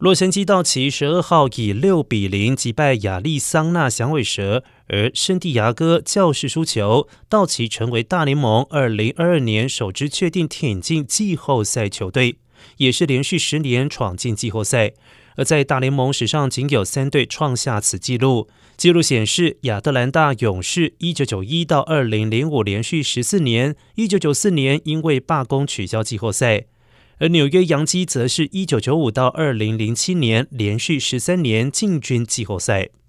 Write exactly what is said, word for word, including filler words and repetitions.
洛杉矶道奇十二号以六比零击败亚利桑那响尾蛇，而圣地牙哥教士输球，道奇成为大联盟二零二二年首支确定挺进季后赛球队，也是连续十年闯进季后赛。而在大联盟史上，仅有三队创下此纪录。纪录显示，亚特兰大勇士一九九一到二零零五连续十四年，一九九四年因为罢工取消季后赛。而纽约洋基则是一九九五到二零零七年连续十三年进军季后赛。